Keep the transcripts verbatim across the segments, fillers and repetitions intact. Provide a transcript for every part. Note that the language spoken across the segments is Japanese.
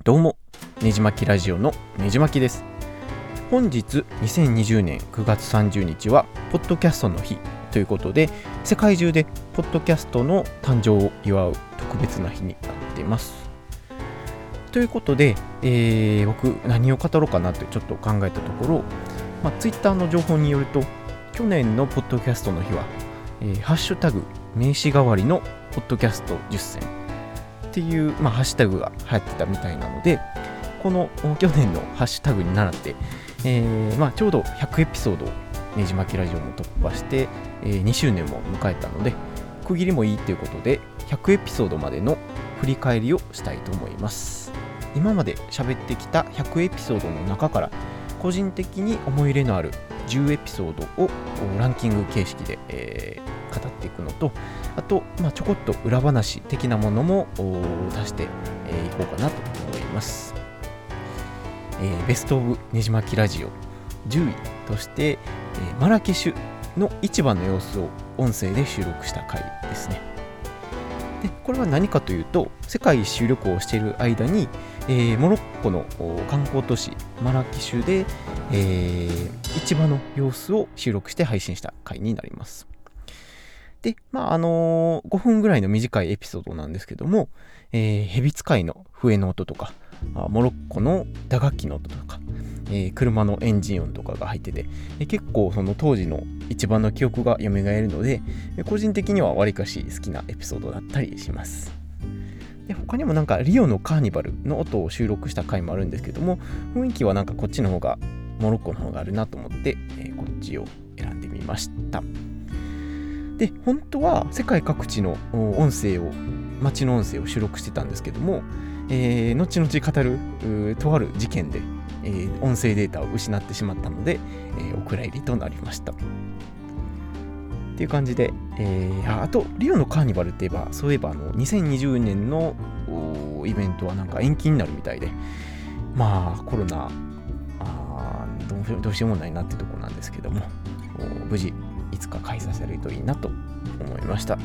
どうも、ねじまきラジオのねじまきです。本日にせんにじゅうねんくがつさんじゅうにちはポッドキャストの日ということで、世界中でポッドキャストの誕生を祝う特別な日になっています。ということで、えー、僕何を語ろうかなってちょっと考えたところ、まあ、ツイッターの情報によると、去年のポッドキャストの日は、えー、ハッシュタグ名刺代わりのポッドキャストじゅっせんっていう、まあ、ハッシュタグが流行ってたみたいなので、この去年のハッシュタグに倣って、えーまあ、ちょうどひゃくエピソードをねじまきラジオも突破して、えー、にしゅうねんも迎えたので、区切りもいいということでひゃくエピソードまでの振り返りをしたいと思います。今まで喋ってきたひゃくエピソードの中から個人的に思い入れのあるじゅうエピソードをランキング形式で、えー語っていくのと、あと、まあ、ちょこっと裏話的なものも足してい、えー、こうかなと思います。えー、ベストオブねじまきラジオじゅういとして、えー、マラケシュの市場の様子を音声で収録した回ですね。でこれは何かというと、世界一周旅行をしている間に、えー、モロッコの観光都市マラケシュで、えー、市場の様子を収録して配信した回になります。で、まああのー、ごふんぐらいの短いエピソードなんですけども、えー、蛇使いの笛の音とか、モロッコの打楽器の音とか、えー、車のエンジン音とかが入ってて、結構その当時の一番の記憶が蘇るので、個人的にはわりかし好きなエピソードだったりします。で他にもなんかリオのカーニバルの音を収録した回もあるんですけども、雰囲気はなんかこっちの方がモロッコの方があるなと思って、えー、こっちを選んでみました。で本当は世界各地の音声を街の音声を収録してたんですけども、えー、後々語るとある事件で、えー、音声データを失ってしまったので、えー、お蔵入りとなりましたっていう感じで、えー、あ, あとリオのカーニバルって言えば、そういえばあのにせんにじゅうねんのイベントはなんか延期になるみたいで、まあコロナあ ど, うどうしようもないなってとこなんですけども、無事いつか開催されるといいなと思いました。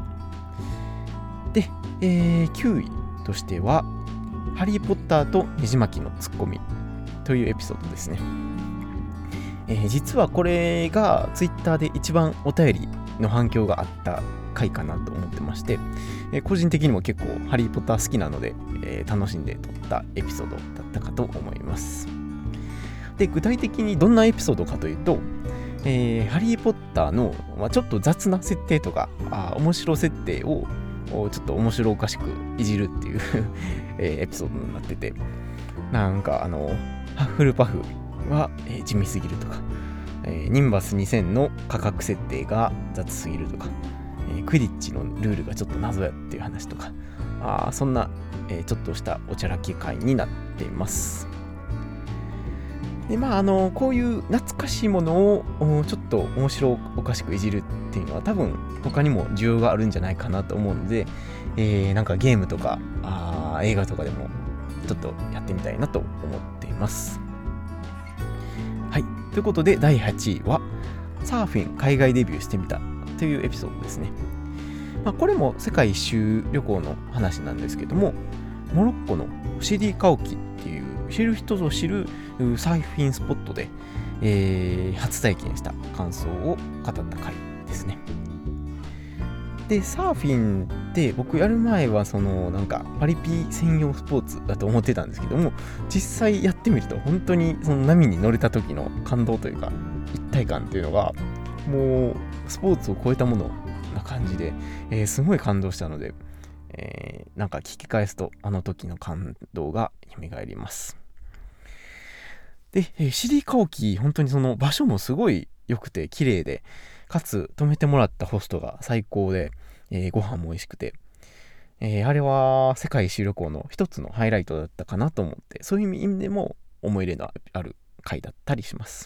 で、えー、きゅういとしてはハリーポッターとねじまきのツッコミというエピソードですね。えー、実はこれがツイッターで一番お便りの反響があった回かなと思ってまして、えー、個人的にも結構ハリーポッター好きなので、えー、楽しんで撮ったエピソードだったかと思います。で具体的にどんなエピソードかというと、えー、ハリーポッターの、まあ、ちょっと雑な設定とかあ面白設定をちょっと面白おかしくいじるっていう、えー、エピソードになってて、なんかあのハッフルパフは、えー、地味すぎるとか、えー、ニンバスにせんの価格設定が雑すぎるとか、えー、クリッチのルールがちょっと謎やっていう話とか、あそんな、えー、ちょっとしたおちゃらけ会になっています。でまあ、あのこういう懐かしいものをちょっと面白おかしくいじるっていうのは多分他にも需要があるんじゃないかなと思うので、えー、なんかゲームとかあ映画とかでもちょっとやってみたいなと思っています。はい、ということでだいはちいはサーフィン海外デビューしてみたというエピソードですね。まあ、これも世界一周旅行の話なんですけども、モロッコのシディカオキっていう知る人ぞ知るサーフィンスポットで、えー、初体験した感想を語った回ですね。でサーフィンって僕やる前はそのなんかパリピ専用スポーツだと思ってたんですけども、実際やってみると本当にその波に乗れた時の感動というか一体感というのがもうスポーツを超えたものな感じで、えー、すごい感動したので、えー、なんか聞き返すとあの時の感動が蘇ります。で、えー、シディカオキ本当にその場所もすごい良くて綺麗で、かつ泊めてもらったホストが最高で、えー、ご飯も美味しくて、えー、あれは世界一周旅行の一つのハイライトだったかなと思って、そういう意味でも思い入れのある回だったりします。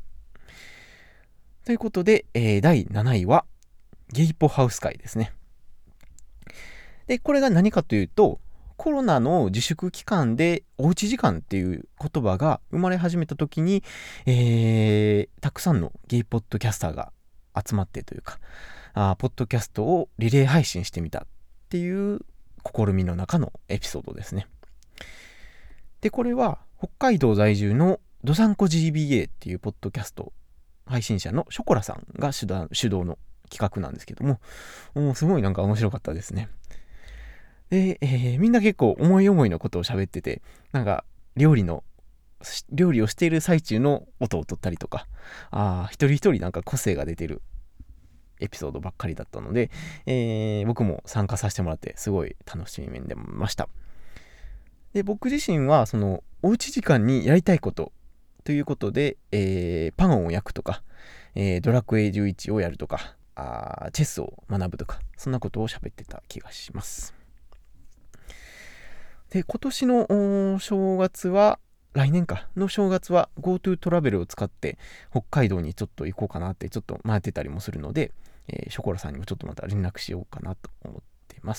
ということで、えー、だいなないはゲイポハウス会ですね。でこれが何かというと、コロナの自粛期間でおうち時間っていう言葉が生まれ始めた時に、えー、たくさんのゲイポッドキャスターが集まってというか、あポッドキャストをリレー配信してみたっていう試みの中のエピソードですね。 で、これは北海道在住のどさんこ ジービーエー っていうポッドキャスト配信者のショコラさんが主導主導の企画なんですけども、もうすごいなんか面白かったですね。で、えーみんな結構思い思いのことを喋ってて、なんか料理の料理をしている最中の音を取ったりとか、あー一人一人なんか個性が出てるエピソードばっかりだったので、えー僕も参加させてもらってすごい楽しみでました。で、僕自身はそのおうち時間にやりたいことということで、えーパンを焼くとか、えードラクエじゅういちをやるとか、あーチェスを学ぶとか、そんなことを喋ってた気がします。で、今年のおー正月は、来年かの正月は GoTo トラベルを使って北海道にちょっと行こうかなってちょっと迷ってたりもするので、えーショコラさんにもちょっとまた連絡しようかなと思っています。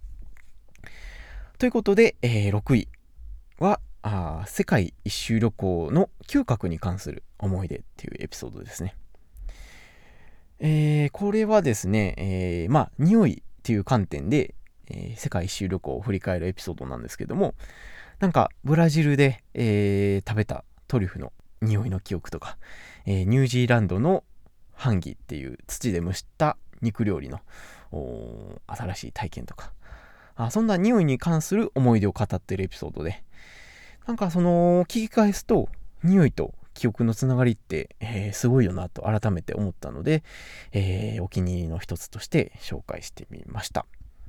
ということで、えーろくいはあー世界一周旅行の嗅覚に関する思い出っていうエピソードですね。えーこれはですね、えーまあ匂いっていう観点で、えー世界一周旅行を振り返るエピソードなんですけども、なんかブラジルで、えー食べたトリュフの匂いの記憶とか、えーニュージーランドのハンギっていう土で蒸した肉料理のおー新しい体験とか、あそんな匂いに関する思い出を語っているエピソードで、なんかその聞き返すと匂いと記憶のつながりって、えーすごいよなと改めて思ったので、えーお気に入りの一つとして紹介してみました。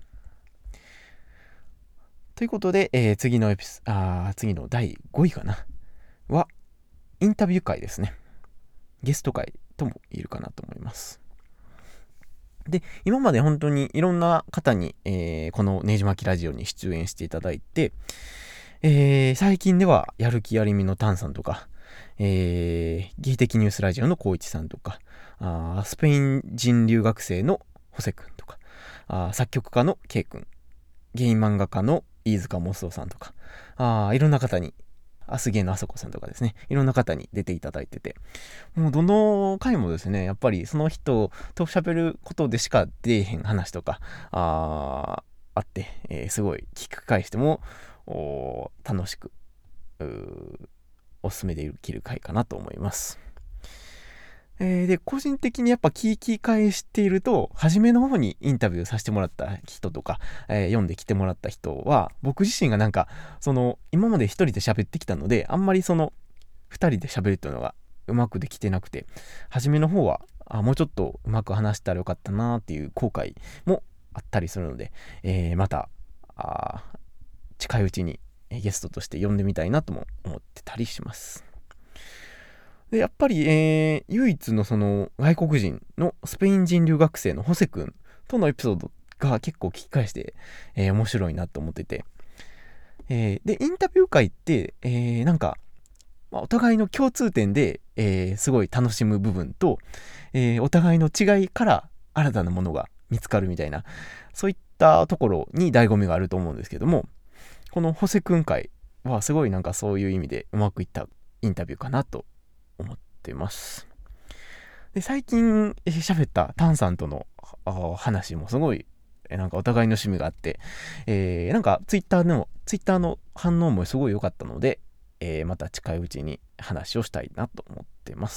ということで、えー次のエピスあー次のだいごいかなはインタビュー会ですね。ゲスト会とも言えるかなと思います。で、今まで本当にいろんな方に、えーこのねじまきラジオに出演していただいて、えー最近ではやる気ありみのタンさんとか、えー、ゲイ的ニュースラジオの光一さんとか、あースペイン人留学生のホセ君とか、あー作曲家のケイ君、ゲイ漫画家の飯塚モスオさんとか、あーいろんな方に、アスゲーのあそこさんとかですね、いろんな方に出ていただいてて、もうどの回もですね、やっぱりその人と喋ることでしか出えへん話とか、あーあって、えーすごい聞き返してもお楽しくうーおすすめできる回かなと思います。えーで、個人的にやっぱ聞き返していると、初めの方にインタビューさせてもらった人とか、えー読んできてもらった人は、僕自身がなんか、その、今まで一人で喋ってきたので、あんまりその、二人で喋るっていうのがうまくできてなくて、初めの方は、あ、もうちょっとうまく話したらよかったなっていう後悔もあったりするので、えーまた、あ近いうちにゲストとして呼んでみたいなとも思ってたりします。で、やっぱり、えー唯一のその外国人のスペイン人留学生のホセ君とのエピソードが結構聞き返して、えー面白いなと思ってて、えーで、インタビュー会って、えーなんか、まあお互いの共通点で、えーすごい楽しむ部分と、えーお互いの違いから新たなものが見つかるみたいな、そういったところに醍醐味があると思うんですけども、このホセ君会はすごいなんかそういう意味でうまくいったインタビューかなと思ってます。で、最近えー喋ったタンさんとのあ話もすごいえーなんかお互いの趣味があって、えーなんかツイッターのツイッターの反応もすごい良かったので、えーまた近いうちに話をしたいなと思ってます。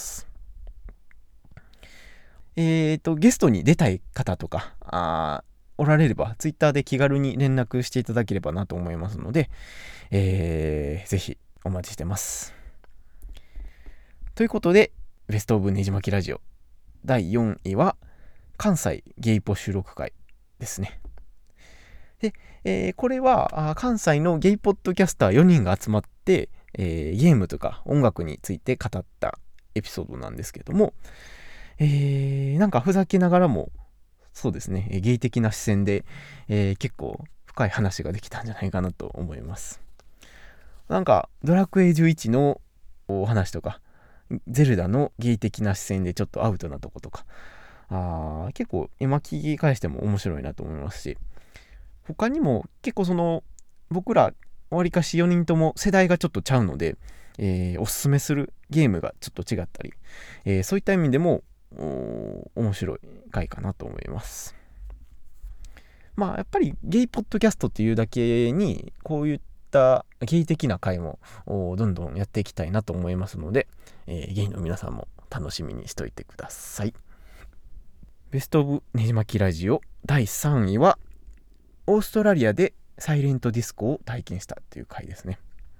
えーとゲストに出たい方とかあーおられればツイッターで気軽に連絡していただければなと思いますので、えーぜひお待ちしてます。ということで、ベストオブねじまきラジオだいよんいは関西ゲイポ収録会ですね。で、えーこれはあ関西のゲイポッドキャスターよにんが集まって、えーゲームとか音楽について語ったエピソードなんですけども、えーなんかふざけながらもそうですね、ゲイ的な視線で、えー結構深い話ができたんじゃないかなと思います。なんかドラクエじゅういちのお話とか、ゼルダのゲイ的な視線でちょっとアウトなとことか、あー結構今聞き返しても面白いなと思いますし、他にも結構その僕らわりかしよにんとも世代がちょっとちゃうので、えーおすすめするゲームがちょっと違ったり、えーそういった意味でも面白い回かなと思います。まあやっぱりゲイポッドキャストっていうだけにこういったったゲイ的な回もどんどんやっていきたいなと思いますので、えー、ゲイの皆さんも楽しみにしといてください。ベストオブねじまきラジオだいさんいはオーストラリアでサイレントディスコを体験したという回ですね。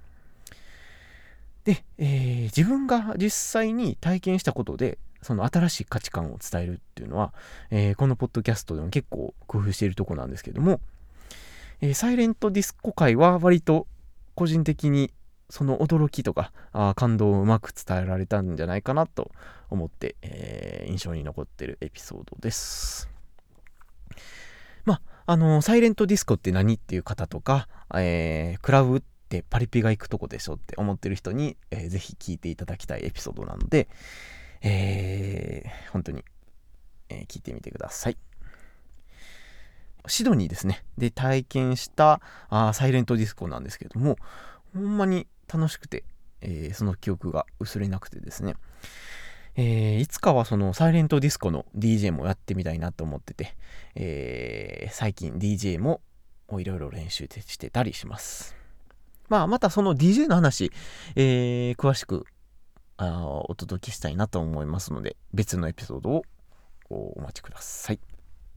で、えー、自分が実際に体験したことでその新しい価値観を伝えるっていうのは、えー、このポッドキャストでも結構工夫しているところなんですけども、えー、サイレントディスコ回は割と個人的にその驚きとかあ感動をうまく伝えられたんじゃないかなと思って、えー、印象に残っているエピソードです。まああのー、サイレントディスコって何っていう方とか、えー、クラブってパリピが行くとこでしょって思ってる人に、えー、ぜひ聞いていただきたいエピソードなので、えー、本当に、えー、聞いてみてください。シドニーですねで体験したあサイレントディスコなんですけども、ほんまに楽しくて、えー、その記憶が薄れなくてですね、えー、いつかはそのサイレントディスコの ディージェー もやってみたいなと思ってて、えー、最近 ディージェー もいろいろ練習してたりします。まあまたその ディージェー の話、えー、詳しくあお届けしたいなと思いますので、別のエピソードをお待ちください。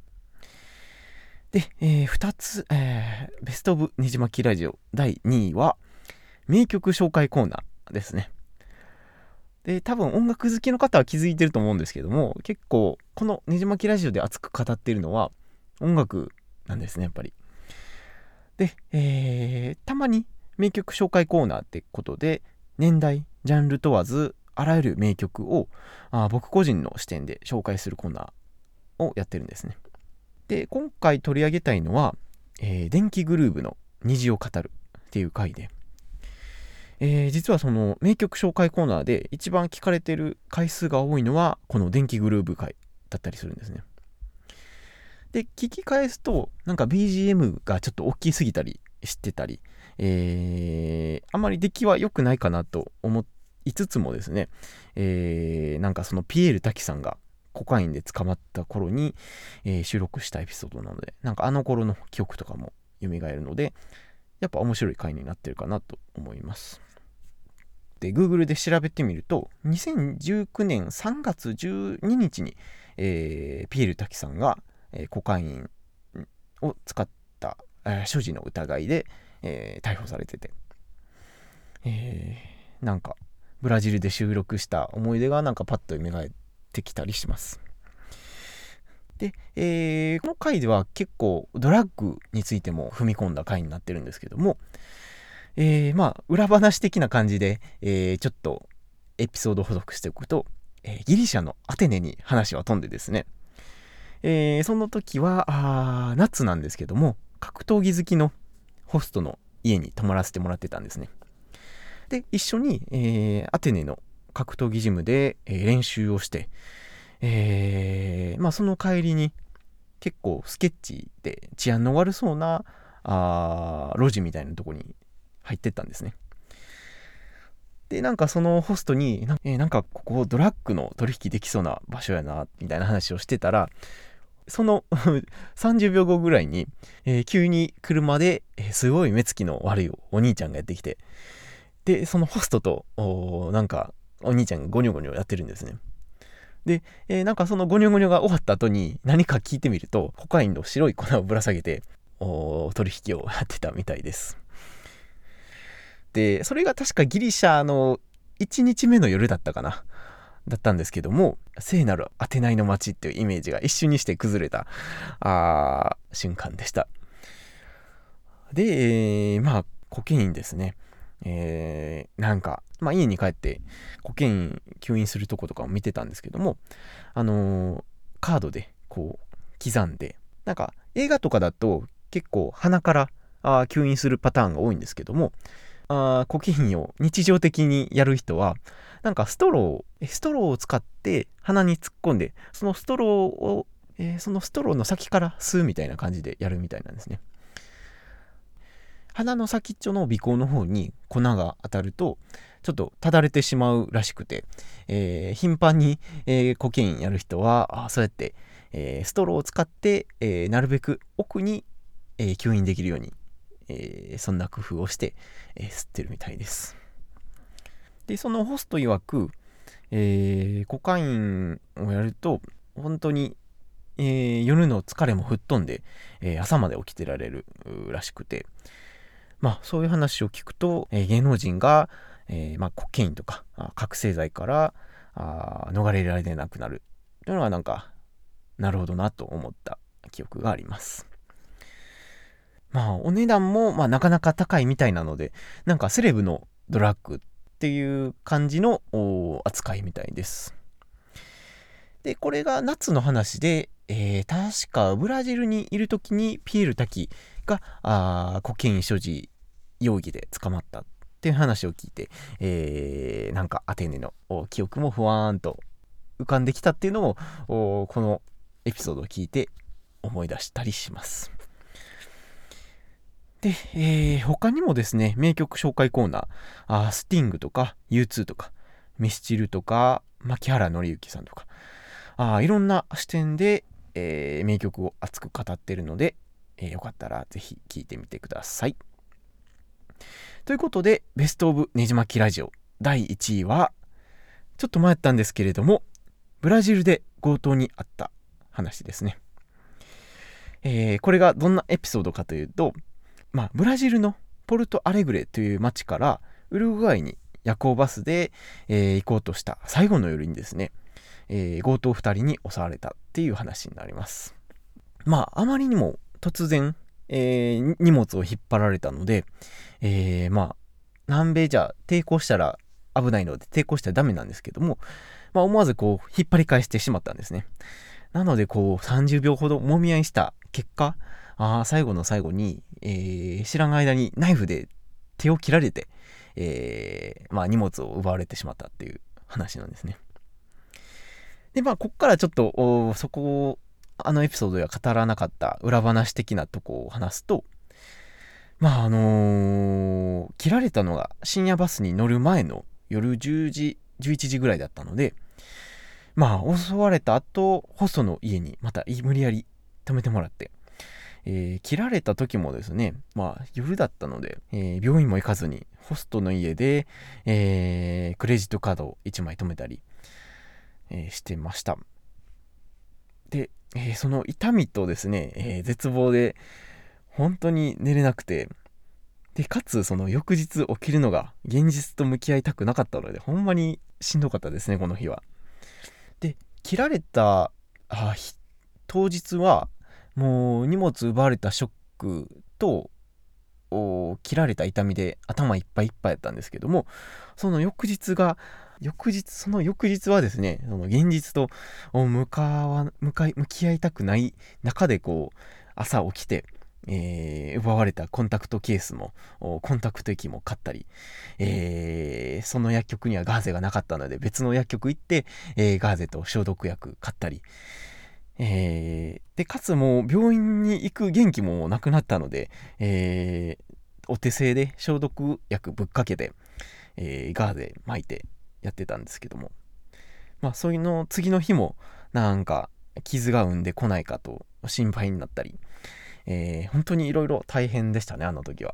で、えー、ふたつ、えー、ベストオブねじまきラジオだいにいは名曲紹介コーナーですね。で、多分音楽好きの方は気づいてると思うんですけども、結構このねじまきラジオで熱く語っているのは音楽なんですね、やっぱり。で、えー、たまに名曲紹介コーナーってことで年代ジャンル問わずあらゆる名曲をあ僕個人の視点で紹介するコーナーをやってるんですね。で今回取り上げたいのは、えー、電気グルーヴの虹を語るっていう回で、えー、実はその名曲紹介コーナーで一番聞かれてる回数が多いのはこの電気グルーヴ回だったりするんですね。で聞き返すとなんか ビージーエム がちょっと大きすぎたりしてたり、えー、あまり出来は良くないかなと思いつつもですね、えー、なんかそのピエール滝さんがコカインで捕まった頃に、えー、収録したエピソードなので、なんかあの頃の記憶とかも蘇るので、やっぱ面白い回になってるかなと思います。で Google で調べてみるとにせんじゅうきゅうねんさんがつじゅうににちに、えー、ピエール滝さんが、えー、コカインを使った、えー、所持の疑いで、えー、逮捕されてて、えー、なんかブラジルで収録した思い出がなんかパッと蘇ってきたりします。で、えー、この回では結構ドラッグについても踏み込んだ回になってるんですけども、えー、まあ裏話的な感じで、えー、ちょっとエピソードを補足しておくと、えー、ギリシャのアテネに話は飛んでですね、えー、その時はあ夏なんですけども格闘技好きのホストの家に泊まらせてもらってたんですね。で一緒に、えー、アテネの格闘技ジムで、えー、練習をして、えーまあ、その帰りに結構スケッチで治安の悪そうなあ路地みたいなとこに入ってったんですね。でなんかそのホストにな,、えー、なんかここドラッグの取引できそうな場所やなみたいな話をしてたら、そのさんじゅうびょうごぐらいに、えー、急に車で、えー、すごい目つきの悪いお兄ちゃんがやってきて、でそのホストとなんかお兄ちゃんがゴニョゴニョやってるんですね。で、えー、なんかそのゴニョゴニョが終わった後に何か聞いてみるとコカインの白い粉をぶら下げて取引をやってたみたいです。でそれが確かギリシャのいちにちめの夜だったかなだったんですけども、聖なるアテナイの街っていうイメージが一瞬にして崩れたあ瞬間でした。で、えー、まあコケインですね、えー、なんか、まあ、家に帰ってコケイン吸引するとことかを見てたんですけども、あのー、カードでこう刻んで、なんか映画とかだと結構鼻からあ吸引するパターンが多いんですけども、あコケインを日常的にやる人はなんかストローストローを使って鼻に突っ込んで、そのストローを、えー、そのストローの先から吸うみたいな感じでやるみたいなんですね。鼻の先っちょの鼻孔の方に粉が当たるとちょっとただれてしまうらしくて、えー、頻繁に、えー、コケインやる人はあそうやって、えー、ストローを使って、えー、なるべく奥に、えー、吸引できるようにえー、そんな工夫をして、えー、吸ってるみたいです。でそのホスト曰く、えー、コカインをやると本当に、えー、夜の疲れも吹っ飛んで、えー、朝まで起きてられるらしくて、まあそういう話を聞くと、えー、芸能人が、えーまあ、コケインとか覚醒剤からあ逃れられなくなるというのはなんかなるほどなと思った記憶があります。まあお値段も、まあ、なかなか高いみたいなので、なんかセレブのドラッグっていう感じの扱いみたいです。でこれが夏の話で、えー、確かブラジルにいる時にピエール滝があコケイン所持容疑で捕まったっていう話を聞いて、えー、なんかアテネの記憶もふわーんと浮かんできたっていうのをこのエピソードを聞いて思い出したりします。で、えー、他にもですね、名曲紹介コーナー、あースティングとか ユーツー とかミスチルとか牧原紀之さんとか、あいろんな視点で、えー、名曲を熱く語っているので、えー、よかったらぜひ聴いてみてください。ということで、ベストオブねじまきラジオだいいちいは、ちょっと迷ったんですけれども、ブラジルで強盗にあった話ですね。えー、これがどんなエピソードかというと、まあ、ブラジルのポルトアレグレという町からウルグアイに夜行バスで、えー、行こうとした最後の夜にですね、えー、強盗ふたりに襲われたっていう話になります。まああまりにも突然、えー、荷物を引っ張られたので、えー、まあ南米じゃ抵抗したら危ないので抵抗したらダメなんですけども、まあ、思わずこう引っ張り返してしまったんですね。なのでこうさんじゅうびょうほどもみ合いした結果、あ最後の最後に、えー、知らん間にナイフで手を切られて、えーまあ、荷物を奪われてしまったっていう話なんですね。でまあこっからちょっとそこをあのエピソードでは語らなかった裏話的なとこを話すと、まああのー、切られたのが深夜バスに乗る前の夜じゅうじじゅういちじぐらいだったので、まあ襲われた後ホストの家にまた無理やり止めてもらって、えー、切られた時もですね、まあ夜だったので、えー、病院も行かずにホストの家で、えー、クレジットカードをいちまい止めたり、えー、してました。で、えー、その痛みとですね、えー、絶望で本当に寝れなくて、でかつその翌日起きるのが現実と向き合いたくなかったので、ほんまにしんどかったですね、この日は。で切られたあ当日はもう荷物奪われたショックと切られた痛みで頭いっぱいいっぱいやったんですけども、その翌日が翌日その翌日はですね、その現実と向かわ向かい向き合いたくない中でこう朝起きて、えー、奪われたコンタクトケースもコンタクト液も買ったり、えー、その薬局にはガーゼがなかったので別の薬局行って、えー、ガーゼと消毒薬買ったり、えー、でかつもう病院に行く元気もなくなったので、えー、お手製で消毒薬ぶっかけて、えー、ガーゼ巻いてやってたんですけども、まあそういうの次の日もなんか傷が生んでこないかと心配になったり、えー、本当にいろいろ大変でしたね、あの時は。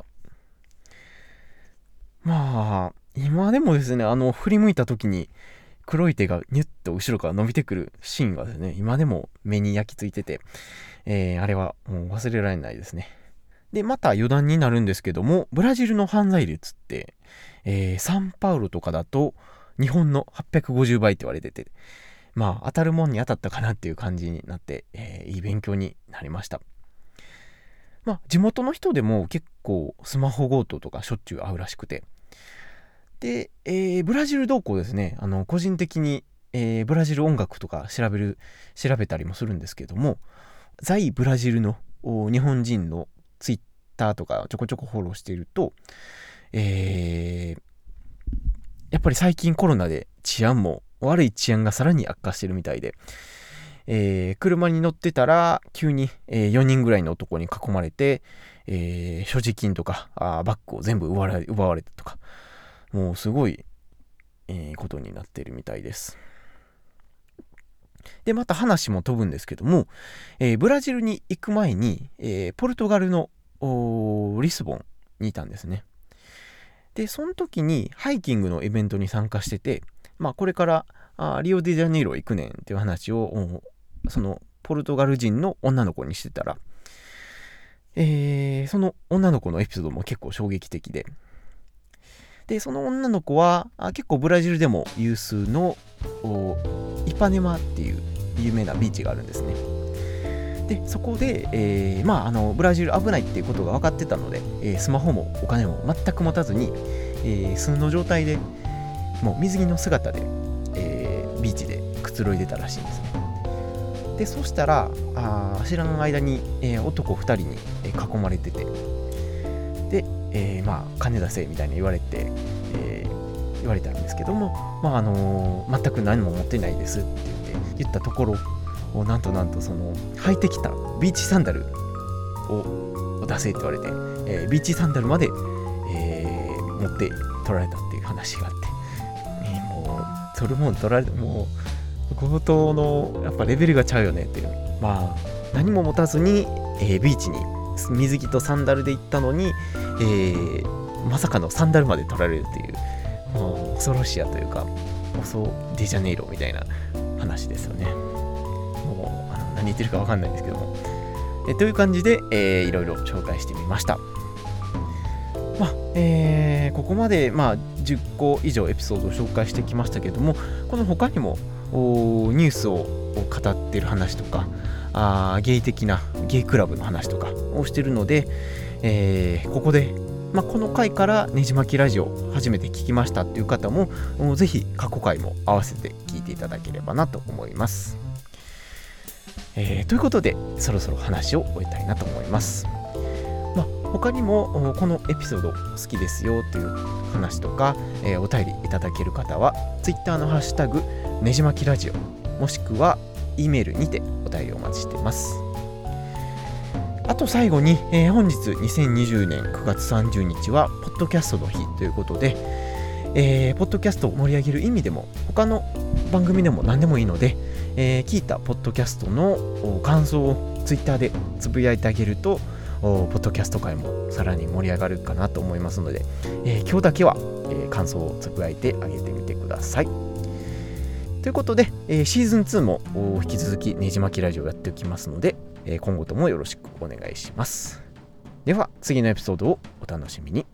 まあ今でもですね、あの振り向いた時に黒い手がニュッと後ろから伸びてくるシーンがですね、今でも目に焼き付いてて、えー、あれはもう忘れられないですね。でまた余談になるんですけども、ブラジルの犯罪率って、えー、サンパウロとかだと日本のはっぴゃくごじゅうばいって言われてて、まあ当たるもんに当たったかなっていう感じになって、えー、いい勉強になりました。まあ地元の人でも結構スマホ強盗とかしょっちゅう会うらしくて、で、えー、ブラジル動向ですね、あの個人的に、えー、ブラジル音楽とか調べる調べたりもするんですけども、在ブラジルの日本人のツイッターとかちょこちょこフォローしていると、えー、やっぱり最近コロナで治安も悪い治安がさらに悪化してるみたいで、えー、車に乗ってたら急に、えー、よにんぐらいの男に囲まれて、えー、所持金とかあバッグを全部奪われ、奪われてとか、もうすごい、えー、ことになっているみたいです。でまた話も飛ぶんですけども、えー、ブラジルに行く前に、えー、ポルトガルのリスボンにいたんですね。でその時にハイキングのイベントに参加してて、まあこれからあリオデジャネイロ行くねんっていう話をそのポルトガル人の女の子にしてたら、えー、その女の子のエピソードも結構衝撃的で、でその女の子はあ結構ブラジルでも有数のイパネマっていう有名なビーチがあるんですね。でそこで、えーまあ、あのブラジル危ないっていうことが分かってたので、えー、スマホもお金も全く持たずに、えー、素の状態でもう水着の姿で、えー、ビーチでくつろいでたらしいんですね。でそしたらあ知らん間に、えー、男ふたりに囲まれてて、で、えー、まあ金出せみたいに言われて、えー、言われたんですけども、まああのー、全く何も持ってないですって言って言ったところ、なんとなんとその履いてきたビーチサンダルを出せって言われて、えー、ビーチサンダルまで、えー、持って取られたっていう話があって、えー、もうそれも取られてもう強盗のやっぱレベルがちゃうよねっていう、まあ何も持たずに、えー、ビーチに水着とサンダルで行ったのに、えー、まさかのサンダルまで取られるっていう、もう恐ろしやというか恐デジャネイロみたいな話ですよね。もうあの何言ってるか分かんないんですけども、えという感じで、えー、いろいろ紹介してみました。まあえー、ここまで、まあ、じゅっこ以上エピソードを紹介してきましたけども、この他にもニュースを語っている話とか、あゲイ的なゲイクラブの話とかをしているので、えー、ここで、まあ、この回からねじまきラジオ初めて聞きましたっていう方もぜひ過去回も合わせて聞いていただければなと思います。えー、ということでそろそろ話を終えたいなと思います。まあ、他にもこのエピソード好きですよという話とか、えー、お便りいただける方は Twitter のハッシュタグねじまきラジオもしくは E メールにてお便りお待ちしています。あと最後に、えー、本日にせんにじゅうねんくがつさんじゅうにちはポッドキャストの日ということで、えー、ポッドキャストを盛り上げる意味でも他の番組でも何でもいいので、えー、聞いたポッドキャストの感想をツイッターでつぶやいてあげるとポッドキャスト界もさらに盛り上がるかなと思いますので、えー、今日だけは、えー、感想をつぶやいてあげてみてください。ということで、えー、シーズンツーも引き続きねじまきラジオやっておきますので、えー、今後ともよろしくお願いします。では次のエピソードをお楽しみに。